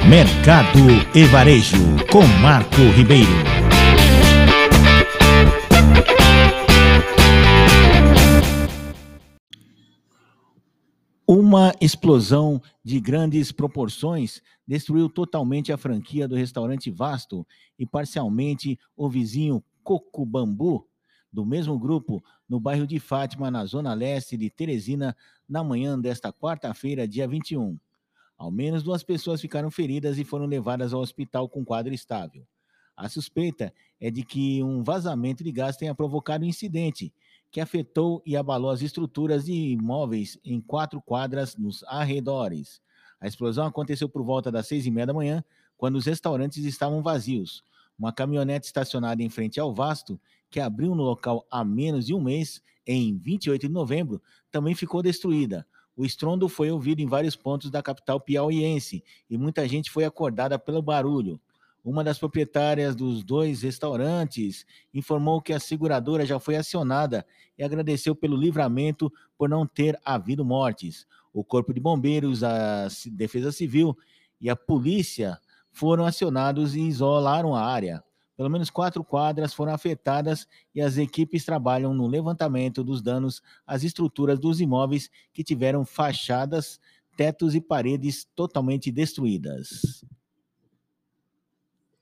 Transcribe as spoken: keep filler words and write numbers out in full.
Mercado e Varejo, com Marco Ribeiro. Uma explosão de grandes proporções destruiu totalmente a franquia do restaurante Vasto e parcialmente o vizinho Coco Bambu, do mesmo grupo, no bairro de Fátima, na zona leste de Teresina, na manhã desta quarta-feira, dia vinte e um. Ao menos duas pessoas ficaram feridas e foram levadas ao hospital com quadro estável. A suspeita é de que um vazamento de gás tenha provocado o incidente, que afetou e abalou as estruturas de imóveis em quatro quadras nos arredores. A explosão aconteceu por volta das seis e meia da manhã, quando os restaurantes estavam vazios. Uma caminhonete estacionada em frente ao Vasto, que abriu no local há menos de um mês, em vinte e oito de novembro, também ficou destruída. O estrondo foi ouvido em vários pontos da capital piauiense e muita gente foi acordada pelo barulho. Uma das proprietárias dos dois restaurantes informou que a seguradora já foi acionada e agradeceu pelo livramento por não ter havido mortes. O Corpo de Bombeiros, a Defesa Civil e a polícia foram acionados e isolaram a área. Pelo menos quatro quadras foram afetadas e as equipes trabalham no levantamento dos danos às estruturas dos imóveis que tiveram fachadas, tetos e paredes totalmente destruídas.